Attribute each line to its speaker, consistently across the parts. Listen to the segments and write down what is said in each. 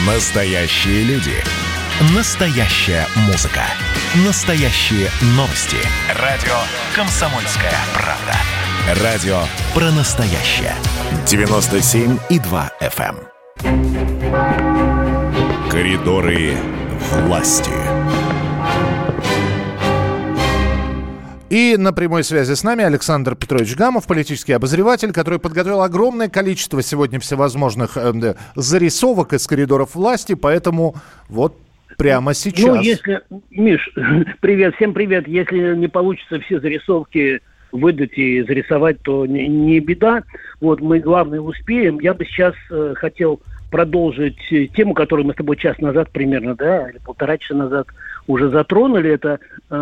Speaker 1: Настоящие люди. Настоящая музыка. Настоящие новости. Радио «Комсомольская правда». Радио про настоящее. 97,2 FM. Коридоры власти.
Speaker 2: И на прямой связи с нами Александр Петрович Гамов, политический обозреватель, который подготовил огромное количество сегодня всевозможных зарисовок из коридоров власти, поэтому вот прямо сейчас.
Speaker 3: Ну, если, Миш, привет, всем привет. Если не получится все зарисовки выдать и зарисовать, то не беда. Вот мы, главное, успеем. Я бы сейчас хотел продолжить тему, которую мы с тобой час назад примерно, да, или полтора часа назад уже затронули. Это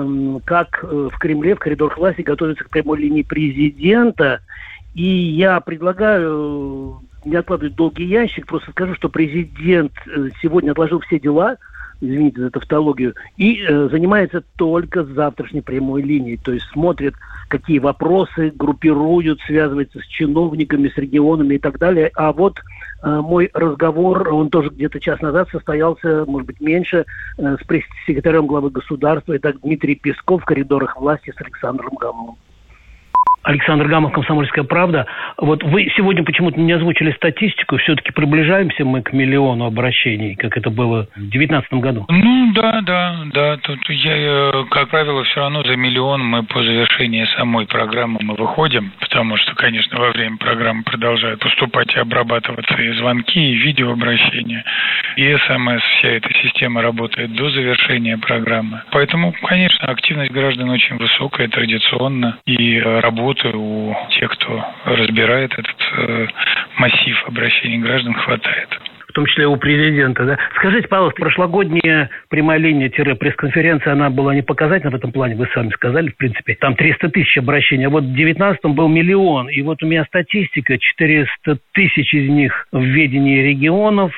Speaker 3: как в Кремле, в коридорах власти готовятся к прямой линии президента. И я предлагаю не откладывать долгий ящик, просто скажу, что президент сегодня отложил все дела, извините за тавтологию, и занимается только завтрашней прямой линией. То есть смотрит, какие вопросы группируют, связывается с чиновниками, с регионами и так далее. А вот мой разговор, он тоже где-то час назад состоялся, может быть, меньше, с пресс-секретарем главы государства. Это Дмитрий Песков в коридорах власти с Александром Гамовым. Александр Гамов, «Комсомольская правда». Вот вы сегодня почему-то не озвучили статистику. Все-таки приближаемся мы к миллиону обращений, как это было в 2019 году.
Speaker 4: Ну, да. Тут я, как правило, все равно за миллион мы по завершении самой программы мы выходим, потому что, конечно, во время программы продолжают поступать и обрабатываться и звонки, и видеообращения, и СМС. Вся эта система работает до завершения программы. Поэтому, конечно, активность граждан очень высокая, традиционно, и работа у тех, кто разбирает этот массив обращений граждан, хватает.
Speaker 3: В том числе у президента, да? Скажите, пожалуйста, прошлогодняя прямая линия-пресс-конференция, она была не показательна в этом плане, вы сами сказали, в принципе, там 300 тысяч обращений, а вот в 2019-м был миллион, и вот у меня статистика, 400 тысяч из них в ведении регионов,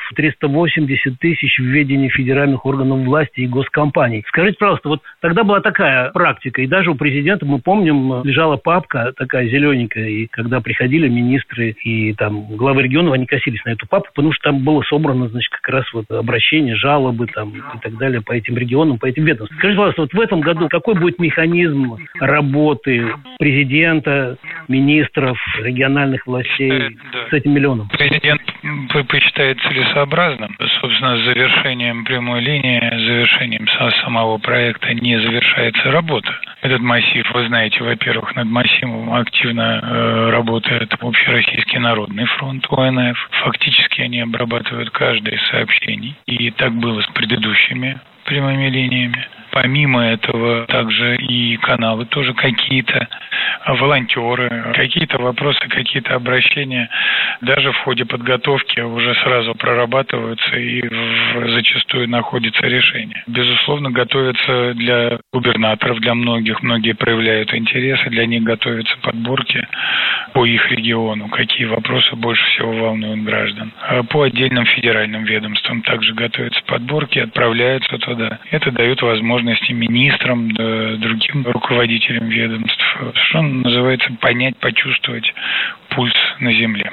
Speaker 3: 380 тысяч в ведении федеральных органов власти и госкомпаний. Скажите, пожалуйста, вот тогда была такая практика, и даже у президента, мы помним, лежала папка такая зелененькая, и когда приходили министры и там главы регионов, они косились на эту папку, потому что там было собрано, значит, как раз вот обращения, жалобы там и так далее по этим регионам, по этим ведомствам. Скажите, пожалуйста, вот в этом году какой будет механизм работы президента, министров, региональных властей с этим миллионом?
Speaker 4: Президент посчитает целесообразным. Собственно, с завершением прямой линии, с завершением самого проекта не завершается работа. Этот массив, вы знаете, во-первых, над массивом активно работает Общероссийский народный фронт, ОНФ. Фактически они обрабатывают каждое из сообщений. И так было с предыдущими прямыми линиями. Помимо этого, также и каналы тоже какие-то, волонтеры, какие-то вопросы, какие-то обращения даже в ходе подготовки уже сразу прорабатываются и зачастую находится решение. Безусловно, готовятся для губернаторов, для многих. Многие проявляют интересы, для них готовятся подборки по их региону, какие вопросы больше всего волнуют граждан. А по отдельным федеральным ведомствам также готовятся подборки, отправляются туда. Это дает возможность и министрам, другим руководителям ведомств, что называется, понять, почувствовать пульс на земле.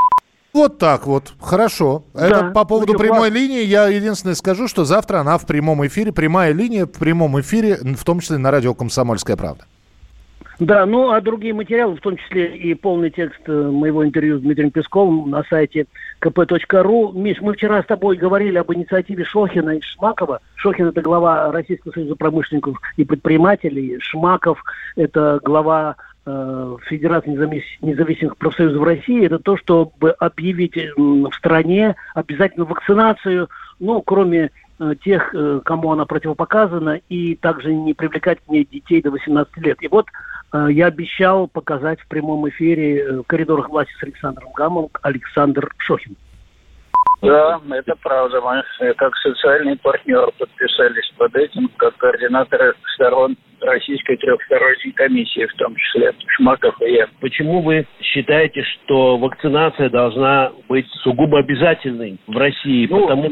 Speaker 2: Вот так вот. Хорошо. Да, это по поводу прямой линии. Я единственное скажу, что завтра она в прямом эфире. Прямая линия в прямом эфире, в том числе на радио «Комсомольская правда».
Speaker 3: Да, ну а другие материалы, в том числе и полный текст моего интервью с Дмитрием Песковым на сайте kp.ru. Миш, мы вчера с тобой говорили об инициативе Шохина и Шмакова. Шохин – это глава Российского союза промышленников и предпринимателей. Шмаков – это глава Федерации независимых профсоюзов России. Это то, чтобы объявить в стране обязательно вакцинацию, ну, кроме тех, кому она противопоказана, и также не привлекать к ней детей до 18 лет. И вот я обещал показать в прямом эфире в коридорах власти с Александром Гамовым Александр Шохин.
Speaker 5: Да, это правда. Мы как социальный партнер подписались под этим, как координаторы сторон Российской трехсторонней комиссии, в том числе Шмаков и я.
Speaker 3: Почему вы считаете, что вакцинация должна быть сугубо обязательной в России?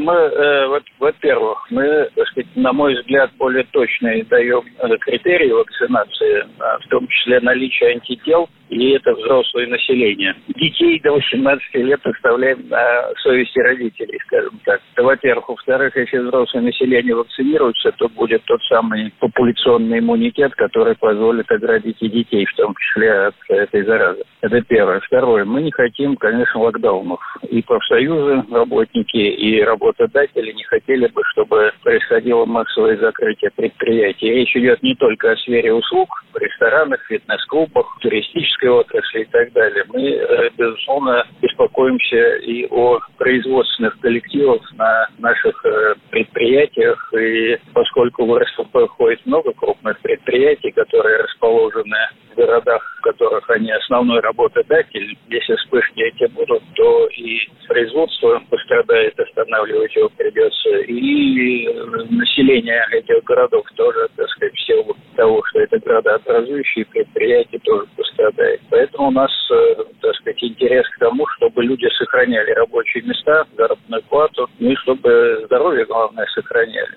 Speaker 5: Во-первых, мы, так сказать, на мой взгляд, более точные даем критерии вакцинации, в том числе наличие антител, и это взрослое население. Детей до 18 лет оставляем на совести родителей, скажем так. Это, во-первых. Во-вторых, если взрослое население вакцинируется, то будет тот самый популяционный иммунитет, который позволит оградить и детей, в том числе от этой заразы. Это первое. Второе. Мы не хотим, конечно, локдаунов. И профсоюзы, работники, и работодатели не хотели бы, чтобы происходило массовое закрытие предприятий. Речь идет не только о сфере услуг, в ресторанах, фитнес-клубах, туристической отрасли и так далее. Мы, безусловно, беспокоимся и о производственных коллективах на наших предприятиях. И поскольку в РСФП ходит много крупных предприятий, которые расположены в городах, в которых они основной работодатель, если вспышки эти будут, то и производство пострадает, останавливать его придется. И население этих городов тоже, так сказать, в силу того, что это градообразующие предприятия, тоже пострадает. Поэтому у нас, так сказать, интерес к тому, чтобы люди сохраняли рабочие места, заработную плату, и чтобы здоровье, главное, сохраняли.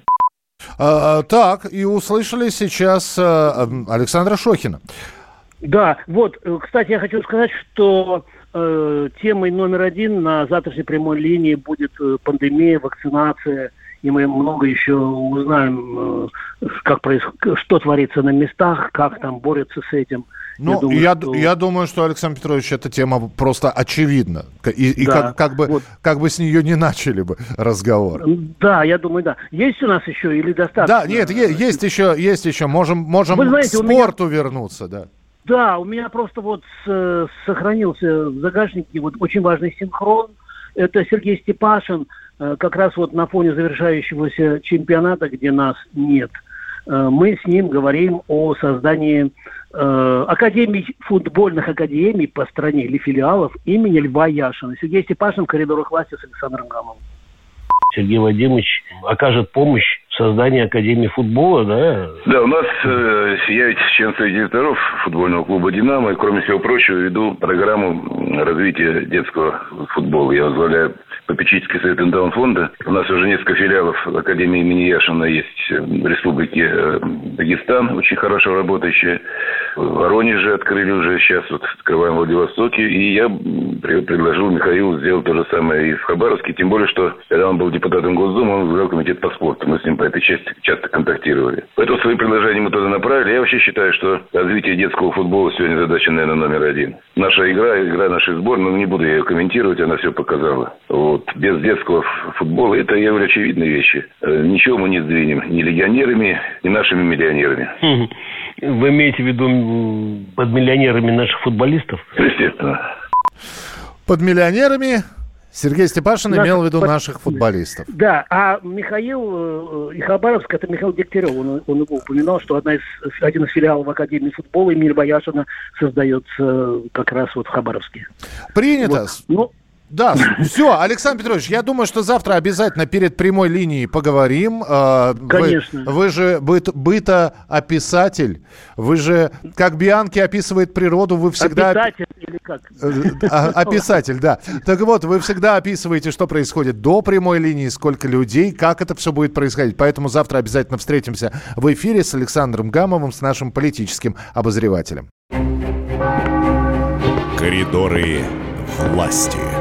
Speaker 2: Так, и услышали сейчас Александра Шохина.
Speaker 3: Да, вот, кстати, я хочу сказать, что темой номер один на завтрашней прямой линии будет пандемия, вакцинация, и мы много еще узнаем, что творится на местах, как там борются с этим.
Speaker 2: Ну, я думаю, что, Александр Петрович, эта тема просто очевидна. И да, как бы с нее не начали бы разговор. Да,
Speaker 3: я думаю, да. Есть у нас еще или достаточно?
Speaker 2: Да, нет, есть еще. Можем к спорту вернуться, да.
Speaker 3: Да, у меня просто вот сохранился в загашнике вот очень важный синхрон. Это Сергей Степашин, как раз вот на фоне завершающегося чемпионата, где нас нет. Мы с ним говорим о создании футбольных академий по стране или филиалов имени Льва Яшина. Сергей Степашин в коридорах власти с Александром Гамовым.
Speaker 6: Сергей Вадимович окажет помощь в создании Академии футбола, да?
Speaker 7: Да, у нас, я ведь член совета директоров футбольного клуба «Динамо», и, кроме всего прочего, веду программу развития детского футбола. Я возглавляю попечительский совет Индаун-фонда. У нас уже несколько филиалов Академии имени Яшина есть в Республике Дагестан, очень хорошо работающие. В Воронеже открыли уже, сейчас вот открываем в Владивостоке. И я предложил Михаилу сделать то же самое и в Хабаровске. Тем более, что когда он был депутатом Госдумы, он возглавлял комитет по спорту. Мы с ним по этой части часто контактировали. Поэтому свои предложения мы туда направили. Я вообще считаю, что развитие детского футбола сегодня задача, наверное, номер один. Наша игра нашей сборной, не буду я ее комментировать, она все показала. Вот. Без детского футбола, это, я говорю, очевидные вещи. Ничего мы не сдвинем ни легионерами, ни нашими миллионерами.
Speaker 6: Вы имеете в виду под миллионерами наших футболистов?
Speaker 7: Естественно.
Speaker 2: Под миллионерами Сергей Степашин имел в виду наших футболистов.
Speaker 3: Да, а Михаил и Хабаровск, это Михаил Дегтярев, он его упоминал, что один из филиалов Академии футбола имени Льва Яшина создается как раз вот в Хабаровске.
Speaker 2: Принято. Вот. Да, все, Александр Петрович, я думаю, что завтра обязательно перед прямой линией поговорим.
Speaker 3: Конечно.
Speaker 2: Вы же бытоописатель, вы же, как Бианки описывает природу, вы всегда...
Speaker 3: Описатель или как?
Speaker 2: Описатель, да. Так вот, вы всегда описываете, что происходит до прямой линии, сколько людей, как это все будет происходить. Поэтому завтра обязательно встретимся в эфире с Александром Гамовым, с нашим политическим обозревателем.
Speaker 1: Коридоры власти.